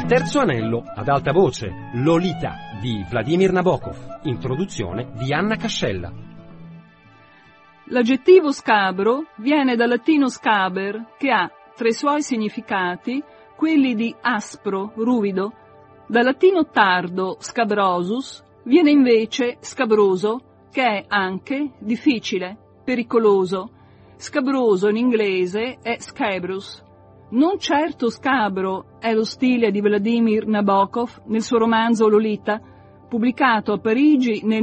Terzo anello, ad alta voce, Lolita di Vladimir Nabokov, introduzione di Anna Cascella. L'aggettivo scabro viene dal latino scaber, che ha tra i suoi significati quelli di aspro, ruvido. Dal latino tardo, scabrosus, viene invece scabroso, che è anche difficile, pericoloso. Scabroso in inglese è scabrous. Non certo scabro è lo stile di Vladimir Nabokov nel suo romanzo Lolita, pubblicato a Parigi nel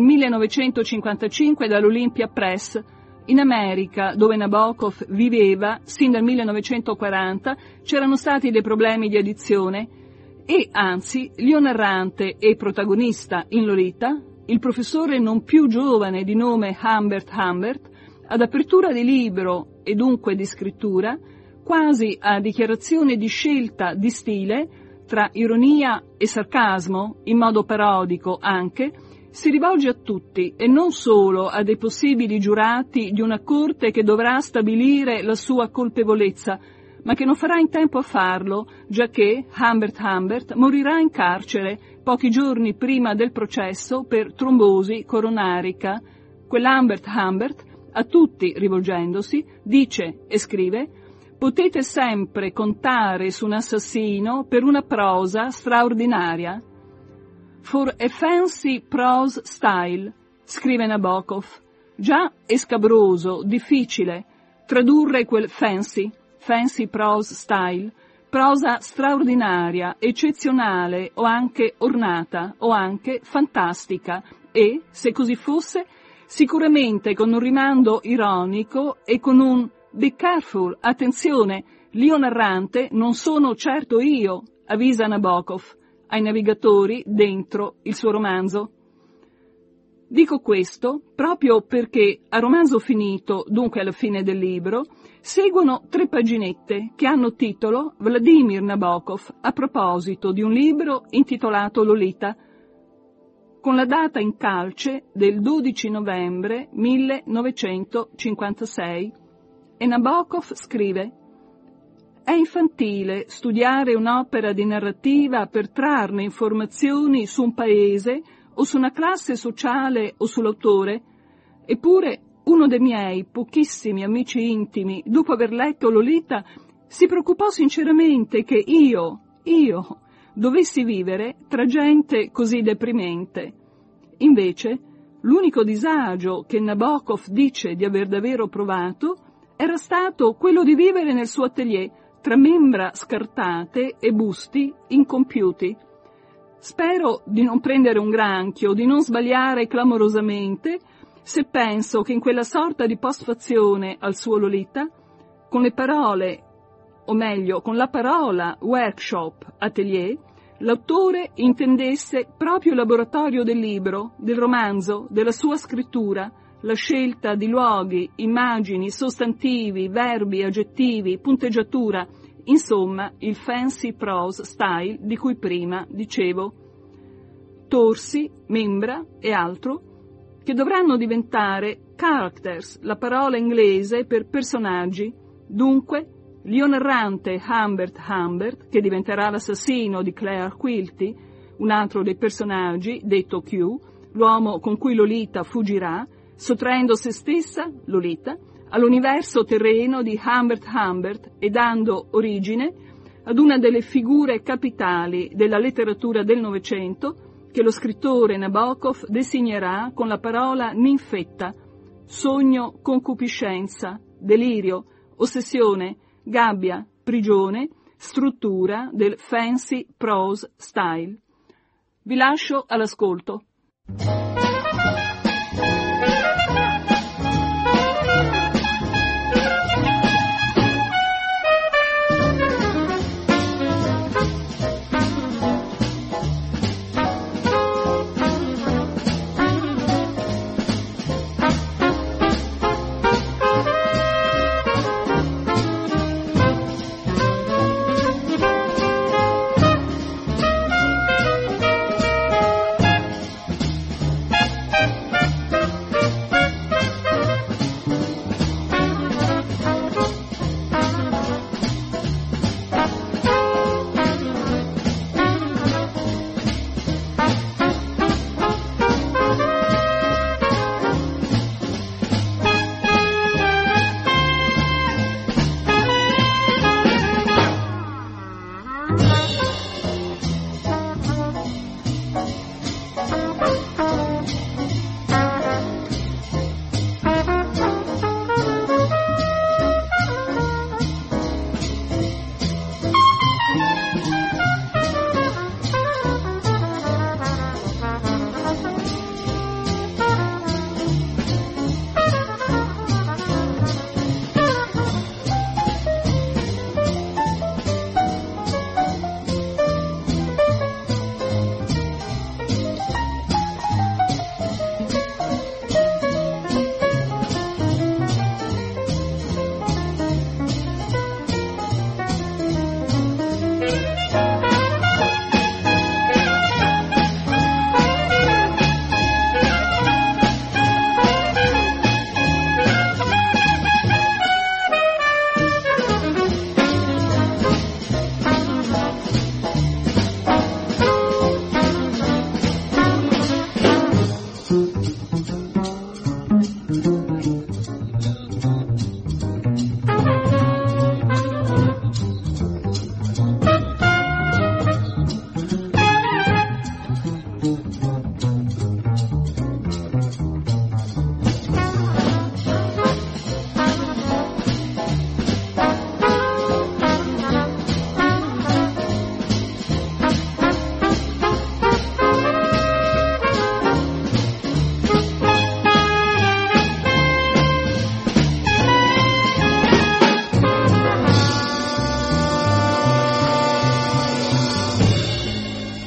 1955 dall'Olympia Press. In America, dove Nabokov viveva sin dal 1940, c'erano stati dei problemi di addizione e, anzi, l'io narrante e protagonista in Lolita, il professore non più giovane di nome Humbert Humbert, ad apertura di libro e dunque di scrittura, quasi a dichiarazione di scelta di stile, tra ironia e sarcasmo, in modo parodico anche, si rivolge a tutti e non solo a dei possibili giurati di una corte che dovrà stabilire la sua colpevolezza, ma che non farà in tempo a farlo, giacché Humbert Humbert morirà in carcere pochi giorni prima del processo per trombosi coronarica. Quell'Humbert Humbert, a tutti rivolgendosi, dice e scrive: potete sempre contare su un assassino per una prosa straordinaria. For a fancy prose style, scrive Nabokov, già è scabroso, difficile, tradurre quel fancy prose style, prosa straordinaria, eccezionale o anche ornata o anche fantastica e, se così fosse, sicuramente con un rimando ironico e con un be careful, attenzione, l'io narrante non sono certo io, avvisa Nabokov ai navigatori dentro il suo romanzo. Dico questo proprio perché a romanzo finito, dunque alla fine del libro, seguono 3 paginette che hanno titolo Vladimir Nabokov a proposito di un libro intitolato Lolita, con la data in calce del 12 novembre 1956, e Nabokov scrive: è infantile studiare un'opera di narrativa per trarne informazioni su un paese o su una classe sociale o sull'autore, eppure uno dei miei pochissimi amici intimi, dopo aver letto Lolita, si preoccupò sinceramente che io dovessi vivere tra gente così deprimente. Invece, l'unico disagio che Nabokov dice di aver davvero provato era stato quello di vivere nel suo atelier tra membra scartate e busti incompiuti. Spero di non prendere un granchio, di non sbagliare clamorosamente, se penso che in quella sorta di postfazione al suo Lolita, con le parole, o meglio, con la parola workshop, atelier, l'autore intendesse proprio il laboratorio del libro, del romanzo, della sua scrittura, la scelta di luoghi, immagini, sostantivi, verbi, aggettivi, punteggiatura, insomma il fancy prose style di cui prima dicevo. Torsi, membra e altro, che dovranno diventare characters, la parola inglese per personaggi, dunque l'io narrante Humbert Humbert, che diventerà l'assassino di Claire Quilty, un altro dei personaggi, detto Q, l'uomo con cui Lolita fuggirà, sottraendo se stessa, Lolita, all'universo terreno di Humbert Humbert e dando origine ad una delle figure capitali della letteratura del Novecento che lo scrittore Nabokov designerà con la parola ninfetta, sogno, concupiscenza, delirio, ossessione, gabbia, prigione, struttura del fancy prose style. Vi lascio all'ascolto.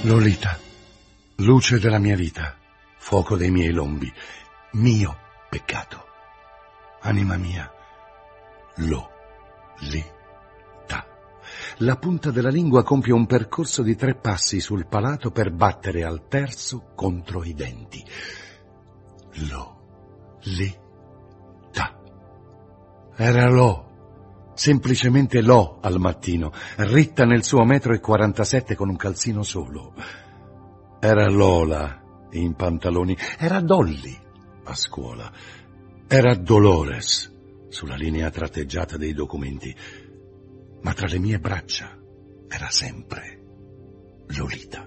Lolita, luce della mia vita, fuoco dei miei lombi, mio peccato. Anima mia, Lolita. La punta della lingua compie un percorso di 3 passi sul palato per battere al terzo contro i denti. Lolita. Era Lo, semplicemente Lo al mattino, ritta nel suo 1,47 m con un calzino solo. Era Lola in pantaloni, era Dolly a scuola, era Dolores sulla linea tratteggiata dei documenti, ma tra le mie braccia era sempre Lolita.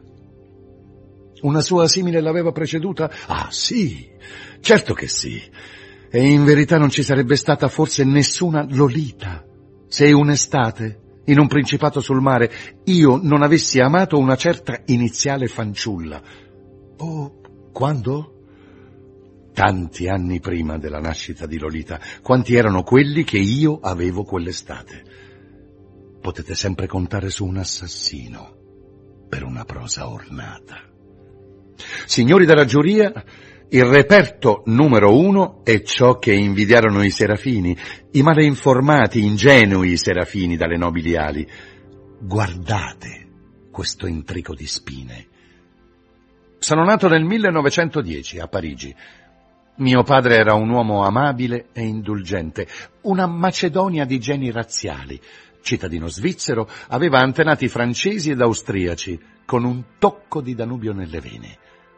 Una sua simile l'aveva preceduta? Ah, sì, certo che sì. E in verità non ci sarebbe stata forse nessuna Lolita se un'estate, in un principato sul mare, io non avessi amato una certa iniziale fanciulla. Oh, quando? Tanti anni prima della nascita di Lolita, quanti erano quelli che io avevo quell'estate. Potete sempre contare su un assassino per una prosa ornata. Signori della giuria, il reperto numero 1 è ciò che invidiarono i serafini, i male informati, ingenui serafini dalle nobili ali. Guardate questo intrico di spine. Sono nato nel 1910 a Parigi. Mio padre era un uomo amabile e indulgente, una Macedonia di geni razziali. Cittadino svizzero, aveva antenati francesi ed austriaci, con un tocco di Danubio nelle vene.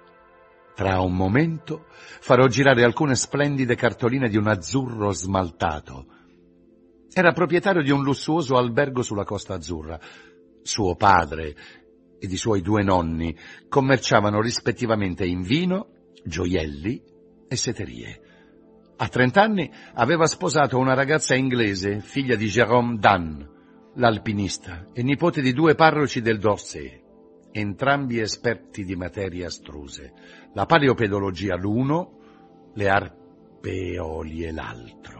Tra un momento farò girare alcune splendide cartoline di un azzurro smaltato. Era proprietario di un lussuoso albergo sulla Costa Azzurra. Suo padre ed i suoi 2 nonni commerciavano rispettivamente in vino, gioielli e setterie. A 30 anni aveva sposato una ragazza inglese, figlia di Jérôme Dunn, l'alpinista, e nipote di 2 parroci del Dorset, entrambi esperti di materie astruse, la paleopedologia l'uno, le arpeolie l'altro.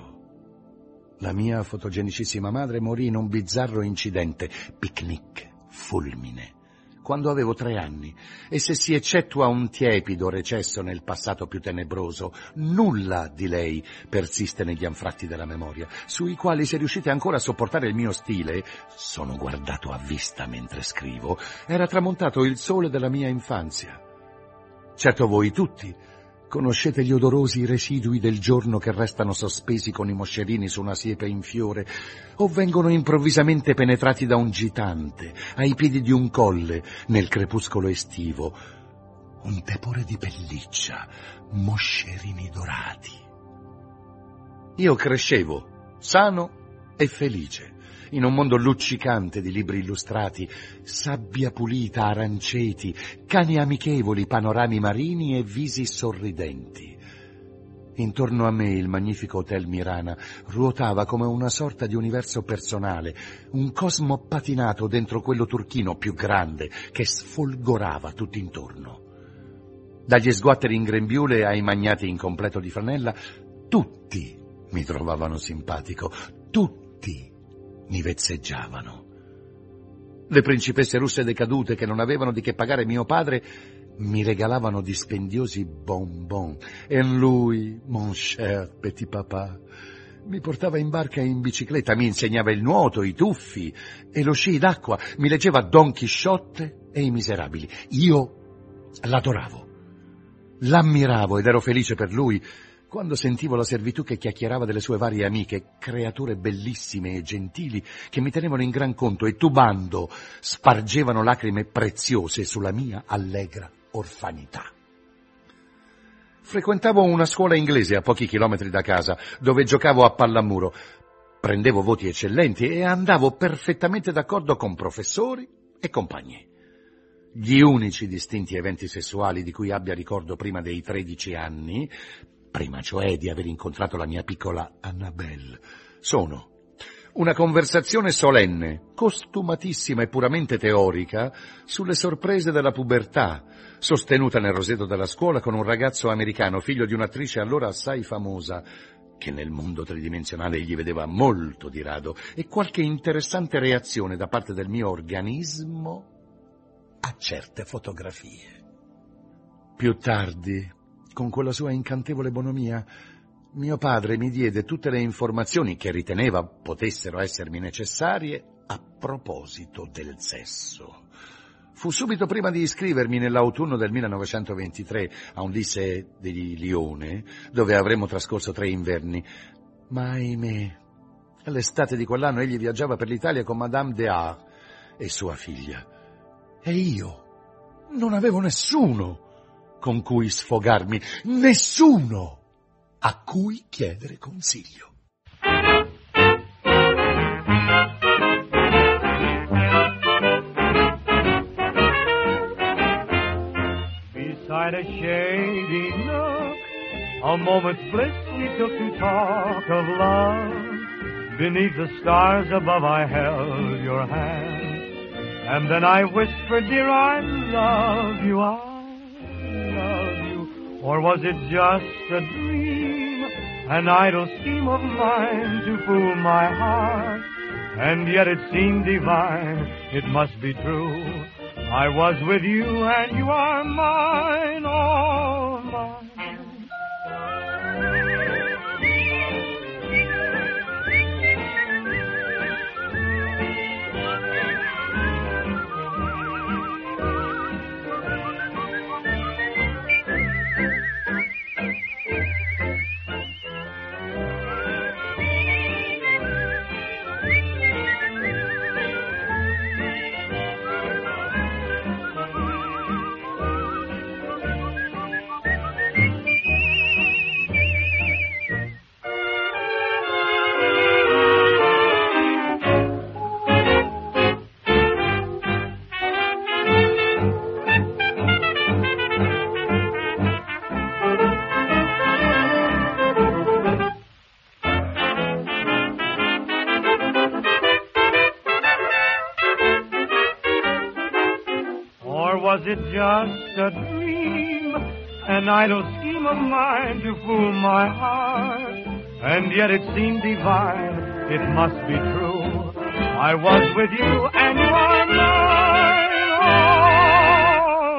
La mia fotogenicissima madre morì in un bizzarro incidente, picnic, fulmine, quando avevo 3 anni, e se si eccettua un tiepido recesso nel passato più tenebroso, nulla di lei persiste negli anfratti della memoria, sui quali, se riuscite ancora a sopportare il mio stile, sono guardato a vista mentre scrivo, era tramontato il sole della mia infanzia. Certo voi tutti conoscete gli odorosi residui del giorno che restano sospesi con i moscerini su una siepe in fiore, o vengono improvvisamente penetrati da un gitante ai piedi di un colle nel crepuscolo estivo. Un tepore di pelliccia, moscerini dorati. Io crescevo, sano e felice, in un mondo luccicante di libri illustrati, sabbia pulita, aranceti, cani amichevoli, panorami marini e visi sorridenti. Intorno a me il magnifico Hotel Mirana ruotava come una sorta di universo personale, un cosmo patinato dentro quello turchino più grande che sfolgorava tutt'intorno. Dagli sguatteri in grembiule ai magnati in completo di flanella, tutti mi trovavano simpatico, tutti mi vezzeggiavano. Le principesse russe decadute che non avevano di che pagare mio padre mi regalavano dispendiosi bonbon, e lui, mon cher petit papa, mi portava in barca e in bicicletta, mi insegnava il nuoto, i tuffi e lo sci d'acqua, mi leggeva Don Chisciotte e I Miserabili. Io l'adoravo, l'ammiravo ed ero felice per lui quando sentivo la servitù che chiacchierava delle sue varie amiche, creature bellissime e gentili che mi tenevano in gran conto e tubando spargevano lacrime preziose sulla mia allegra orfanità. Frequentavo una scuola inglese a pochi chilometri da casa, dove giocavo a pallamuro, prendevo voti eccellenti e andavo perfettamente d'accordo con professori e compagni. Gli unici distinti eventi sessuali di cui abbia ricordo prima dei 13 anni, prima cioè di aver incontrato la mia piccola Annabelle, sono una conversazione solenne, costumatissima e puramente teorica, sulle sorprese della pubertà, sostenuta nel rosetto della scuola con un ragazzo americano, figlio di un'attrice allora assai famosa, che nel mondo tridimensionale egli vedeva molto di rado, e qualche interessante reazione da parte del mio organismo a certe fotografie. Più tardi, con quella sua incantevole bonomia, mio padre mi diede tutte le informazioni che riteneva potessero essermi necessarie a proposito del sesso. Fu subito prima di iscrivermi nell'autunno del 1923 a un lycée di Lione, dove avremmo trascorso 3 inverni. Ma ahimè, all'estate di quell'anno egli viaggiava per l'Italia con Madame de A e sua figlia. E io non avevo nessuno con cui sfogarmi, nessuno a cui chiedere consiglio. Beside a shady nook, a moment's bliss we took to talk of love. Beneath the stars above I held your hand, and then I whispered, dear, I love you, or was it just a dream, an idle scheme of mine to fool my heart? And yet it seemed divine, it must be true. I was with you and you are mine, all mine. Was it just a dream, an idle scheme of mine to fool my heart? And yet it seemed divine, it must be true. I was with you and you are mine, all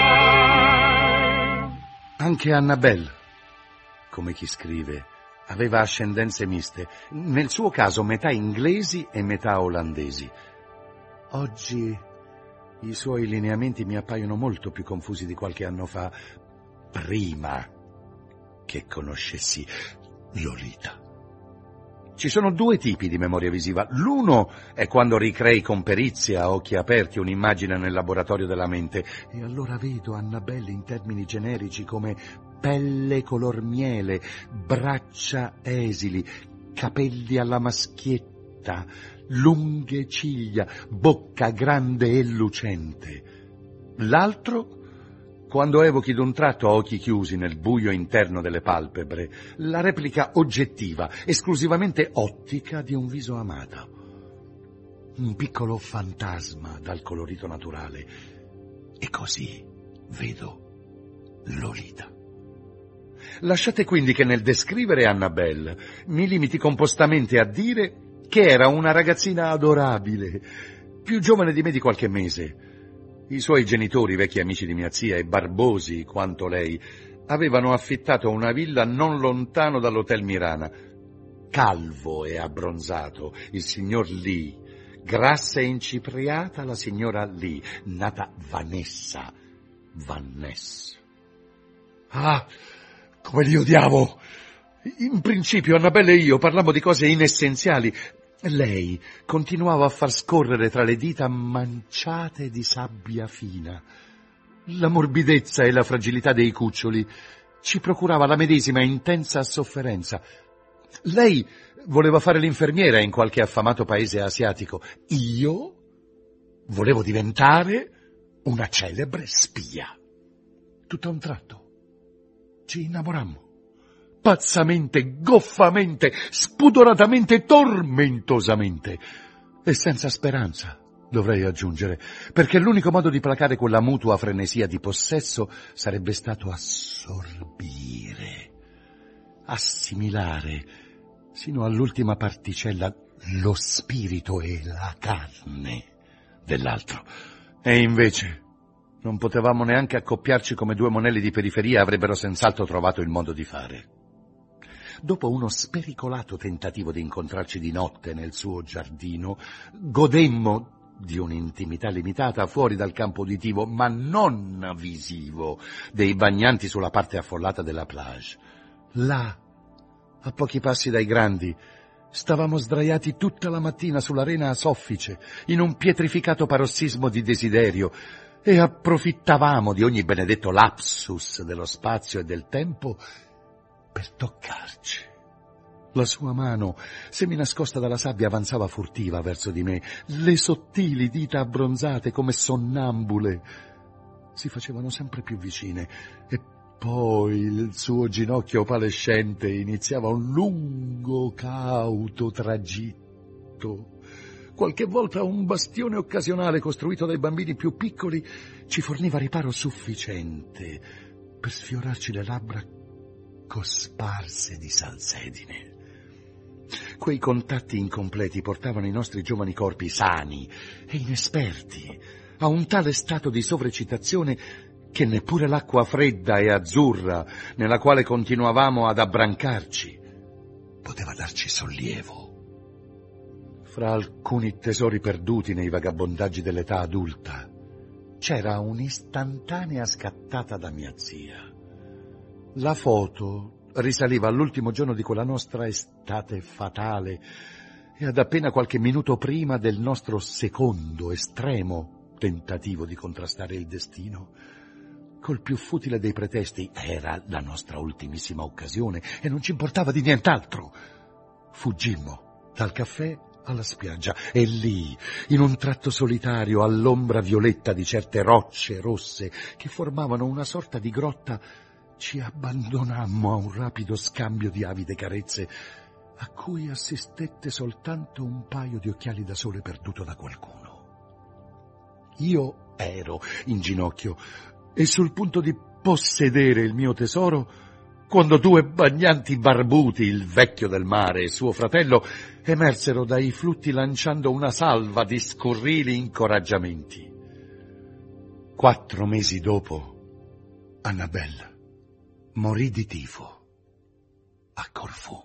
mine. Anche Annabelle, come chi scrive, aveva ascendenze miste, nel suo caso metà inglesi e metà olandesi. Oggi i suoi lineamenti mi appaiono molto più confusi di qualche anno fa, prima che conoscessi Lolita. Ci sono 2 tipi di memoria visiva. L'uno è quando ricrei con perizia a occhi aperti un'immagine nel laboratorio della mente, e allora vedo Annabelle in termini generici come pelle color miele, braccia esili, capelli alla maschietta, lunghe ciglia, bocca grande e lucente. L'altro, quando evochi d'un tratto a occhi chiusi nel buio interno delle palpebre, la replica oggettiva, esclusivamente ottica di un viso amato. Un piccolo fantasma dal colorito naturale. E così vedo Lolita. Lasciate quindi che nel descrivere Annabelle mi limiti compostamente a dire che era una ragazzina adorabile, più giovane di me di qualche mese. I suoi genitori, vecchi amici di mia zia e barbosi quanto lei, avevano affittato una villa non lontano dall'Hotel Mirana. Calvo e abbronzato, il signor Lee, grassa e incipriata la signora Lee, nata Vanessa. Ah, come li odiavo! In principio Annabelle e io parlammo di cose inessenziali. Lei continuava a far scorrere tra le dita manciate di sabbia fina. La morbidezza e la fragilità dei cuccioli ci procurava la medesima intensa sofferenza. Lei voleva fare l'infermiera in qualche affamato paese asiatico. Io volevo diventare una celebre spia. Tutto a un tratto ci innamorammo. Pazzamente, goffamente, spudoratamente, tormentosamente. E senza speranza, dovrei aggiungere, perché l'unico modo di placare quella mutua frenesia di possesso sarebbe stato assorbire, assimilare, sino all'ultima particella, lo spirito e la carne dell'altro. E invece Non potevamo neanche accoppiarci come due monelli di periferia avrebbero senz'altro trovato il modo di fare. Dopo uno spericolato tentativo di incontrarci di notte nel suo giardino, godemmo di un'intimità limitata fuori dal campo uditivo, ma non visivo, dei bagnanti sulla parte affollata della plage. Là, a pochi passi dai grandi, stavamo sdraiati tutta la mattina sull'arena a soffice, in un pietrificato parossismo di desiderio, e approfittavamo di ogni benedetto lapsus dello spazio e del tempo per toccarci. La sua mano, seminascosta dalla sabbia, avanzava furtiva verso di me. Le sottili dita abbronzate come sonnambule si facevano sempre più vicine, e poi il suo ginocchio opalescente iniziava un lungo, cauto tragitto. Qualche volta un bastione occasionale costruito dai bambini più piccoli ci forniva riparo sufficiente per sfiorarci le labbra cosparse di salsedine. Quei contatti incompleti portavano i nostri giovani corpi sani e inesperti a un tale stato di sovreccitazione che neppure l'acqua fredda e azzurra nella quale continuavamo ad abbrancarci poteva darci sollievo. Fra alcuni tesori perduti nei vagabondaggi dell'età adulta c'era un'istantanea scattata da mia zia. La foto risaliva all'ultimo giorno di quella nostra estate fatale e ad appena qualche minuto prima del nostro secondo estremo tentativo di contrastare il destino. Col più futile dei pretesti, era la nostra ultimissima occasione e non ci importava di nient'altro. Fuggimmo dal caffè alla spiaggia e lì, in un tratto solitario, all'ombra violetta di certe rocce rosse che formavano una sorta di grotta, ci abbandonammo a un rapido scambio di avide carezze a cui assistette soltanto un paio di occhiali da sole perduto da qualcuno. Io ero in ginocchio e sul punto di possedere il mio tesoro quando due bagnanti barbuti, il vecchio del mare e suo fratello, emersero dai flutti lanciando una salva di scurrili incoraggiamenti. 4 mesi dopo, Annabelle morì di tifo a Corfù.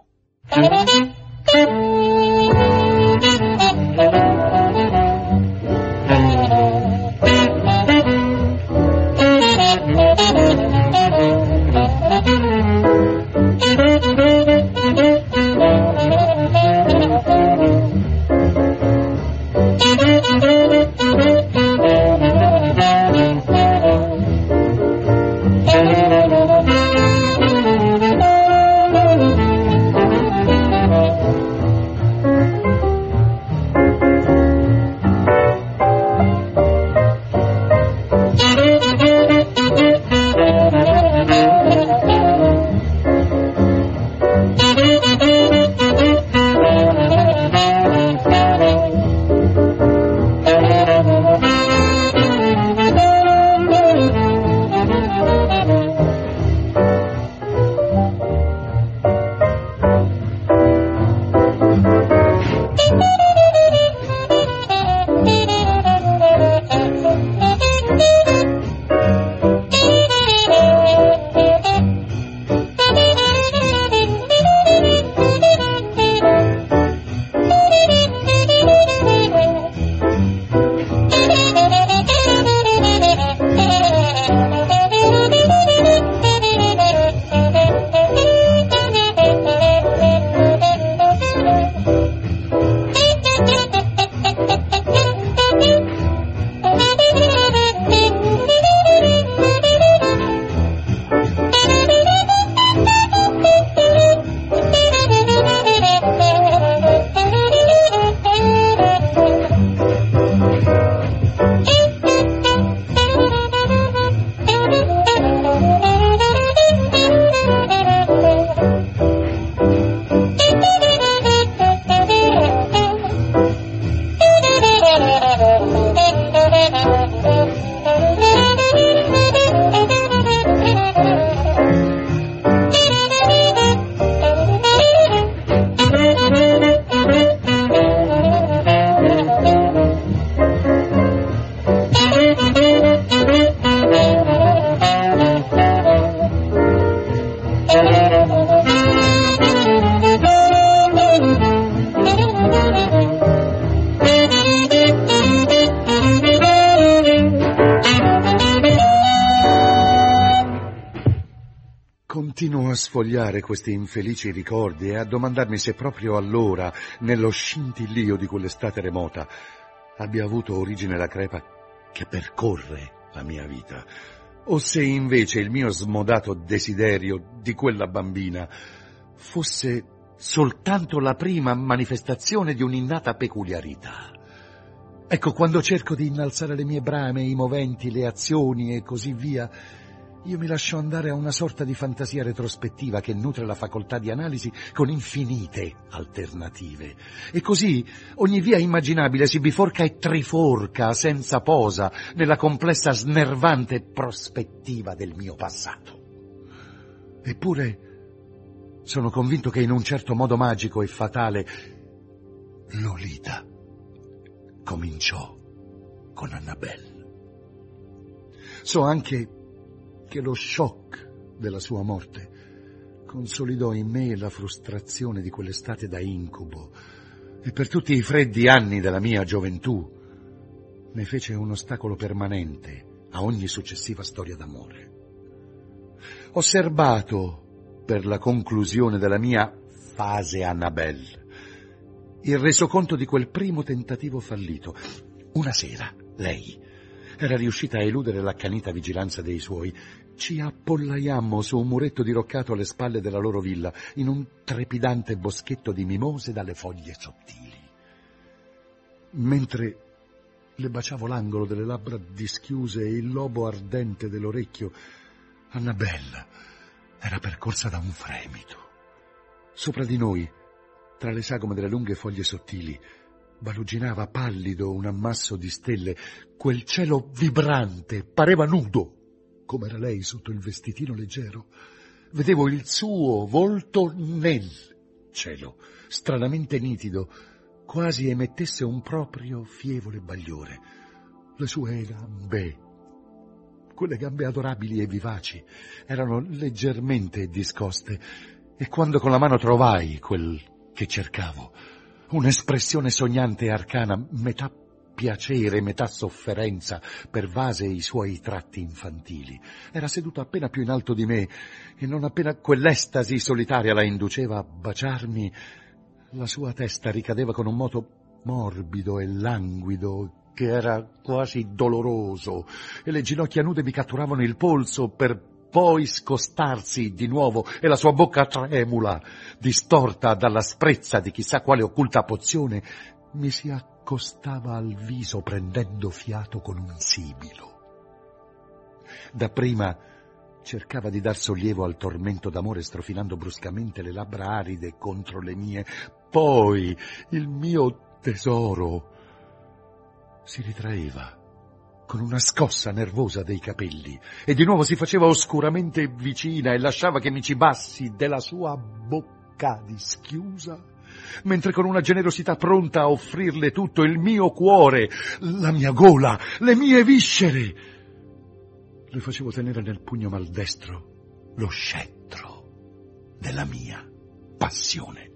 Continuo a sfogliare questi infelici ricordi e a domandarmi se proprio allora, nello scintillio di quell'estate remota, abbia avuto origine la crepa che percorre la mia vita, o se invece il mio smodato desiderio di quella bambina fosse soltanto la prima manifestazione di un'innata peculiarità. Ecco, quando cerco di innalzare le mie brame, i moventi, le azioni e così via, io mi lascio andare a una sorta di fantasia retrospettiva che nutre la facoltà di analisi con infinite alternative. E così ogni via immaginabile si biforca e triforca senza posa nella complessa, snervante prospettiva del mio passato. Eppure sono convinto che in un certo modo magico e fatale Lolita cominciò con Annabelle. So anche che lo shock della sua morte consolidò in me la frustrazione di quell'estate da incubo e per tutti i freddi anni della mia gioventù ne fece un ostacolo permanente a ogni successiva storia d'amore. Ho serbato per la conclusione della mia fase Annabelle il resoconto di quel primo tentativo fallito. Una sera lei era riuscita a eludere l'accanita vigilanza dei suoi. Ci appollaiammo su un muretto diroccato alle spalle della loro villa, in un trepidante boschetto di mimose dalle foglie sottili. Mentre le baciavo l'angolo delle labbra dischiuse e il lobo ardente dell'orecchio, Annabelle era percorsa da un fremito. Sopra di noi, tra le sagome delle lunghe foglie sottili, baluginava pallido un ammasso di stelle. Quel cielo vibrante pareva nudo, come era lei sotto il vestitino leggero. Vedevo il suo volto nel cielo, stranamente nitido, quasi emettesse un proprio fievole bagliore. Le sue gambe, quelle gambe adorabili e vivaci, erano leggermente discoste, e quando con la mano trovai quel che cercavo, un'espressione sognante e arcana, metà piacere, metà sofferenza, pervase i suoi tratti infantili. Era seduta appena più in alto di me, e non appena quell'estasi solitaria la induceva a baciarmi, la sua testa ricadeva con un moto morbido e languido che era quasi doloroso, e le ginocchia nude mi catturavano il polso per poi scostarsi di nuovo, e la sua bocca tremula, distorta dall'asprezza di chissà quale occulta pozione, mi si accostava al viso prendendo fiato con un sibilo. Dapprima cercava di dar sollievo al tormento d'amore strofinando bruscamente le labbra aride contro le mie. Poi il mio tesoro si ritraeva con una scossa nervosa dei capelli e di nuovo si faceva oscuramente vicina e lasciava che mi cibassi della sua bocca dischiusa, mentre con una generosità pronta a offrirle tutto, il mio cuore, la mia gola, le mie viscere, le facevo tenere nel pugno maldestro lo scettro della mia passione.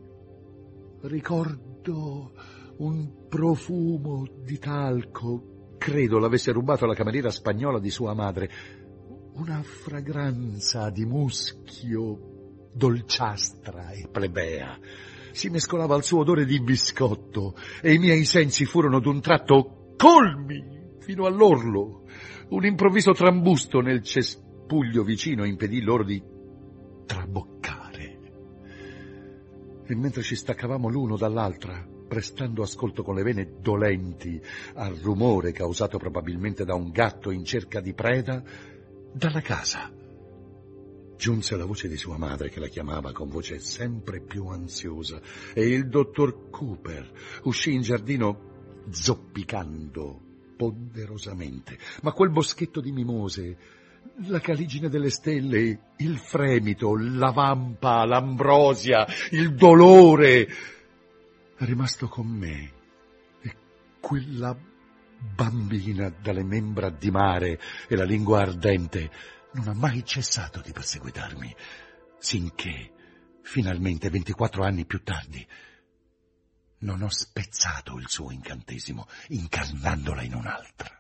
Ricordo un profumo di talco, credo l'avesse rubato la cameriera spagnola di sua madre, una fragranza di muschio dolciastra e plebea. Si mescolava al suo odore di biscotto e i miei sensi furono d'un tratto colmi fino all'orlo. Un improvviso trambusto nel cespuglio vicino impedì loro di traboccare. E mentre ci staccavamo l'uno dall'altra, prestando ascolto con le vene dolenti al rumore causato probabilmente da un gatto in cerca di preda, dalla casa giunse la voce di sua madre che la chiamava con voce sempre più ansiosa, e il dottor Cooper uscì in giardino zoppicando ponderosamente. Ma quel boschetto di mimose, la caligine delle stelle, il fremito, la vampa, l'ambrosia, il dolore, è rimasto con me, e quella bambina dalle membra di mare e la lingua ardente non ha mai cessato di perseguitarmi, sinché, finalmente, 24 anni più tardi, non ho spezzato il suo incantesimo, incarnandola in un'altra.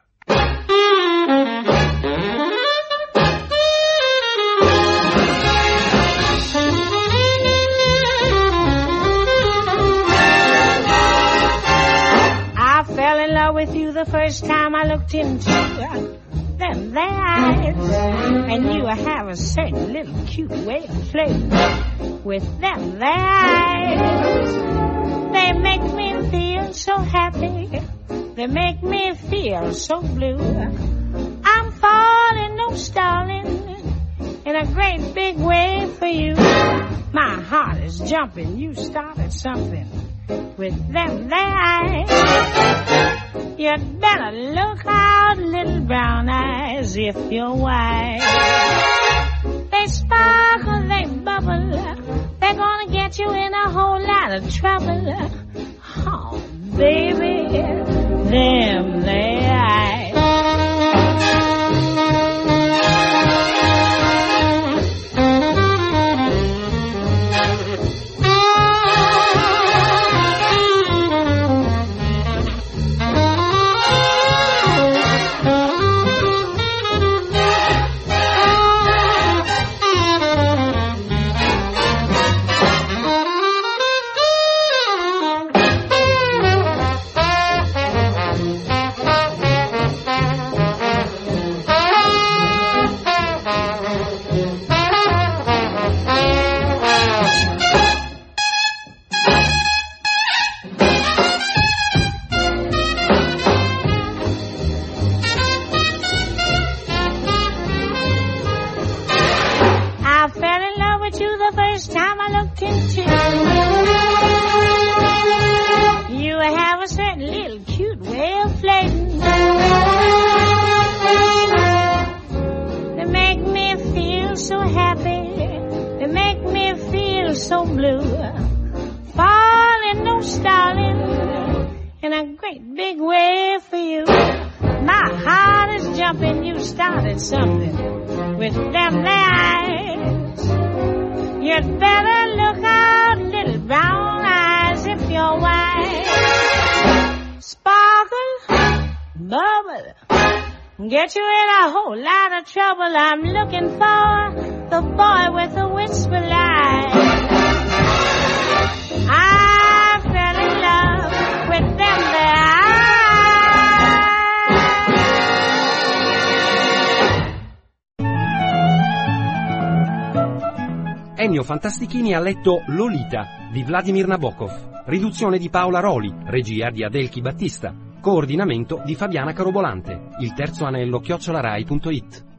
with you the first time I looked into them there eyes. And you have a certain little cute way of flirting with them there eyes. They make me feel so happy. They make me feel so blue. I'm falling, no stalling, in a great big way for you. My heart is jumping. You started something with them there eyes. You'd better look out, little brown eyes, if you're wise. They sparkle, they bubble, they're gonna get you in a whole lot of trouble. Oh, baby, them there eyes. Get you in a whole lot of trouble. I'm looking for the boy with the whisper line. I fell in love with them there eyes. Ennio Fantastichini ha letto Lolita di Vladimir Nabokov, riduzione di Paola Roli, regia di Adelchi Battista, coordinamento di Fabiana Carobolante. Il terzo anello @rai.it.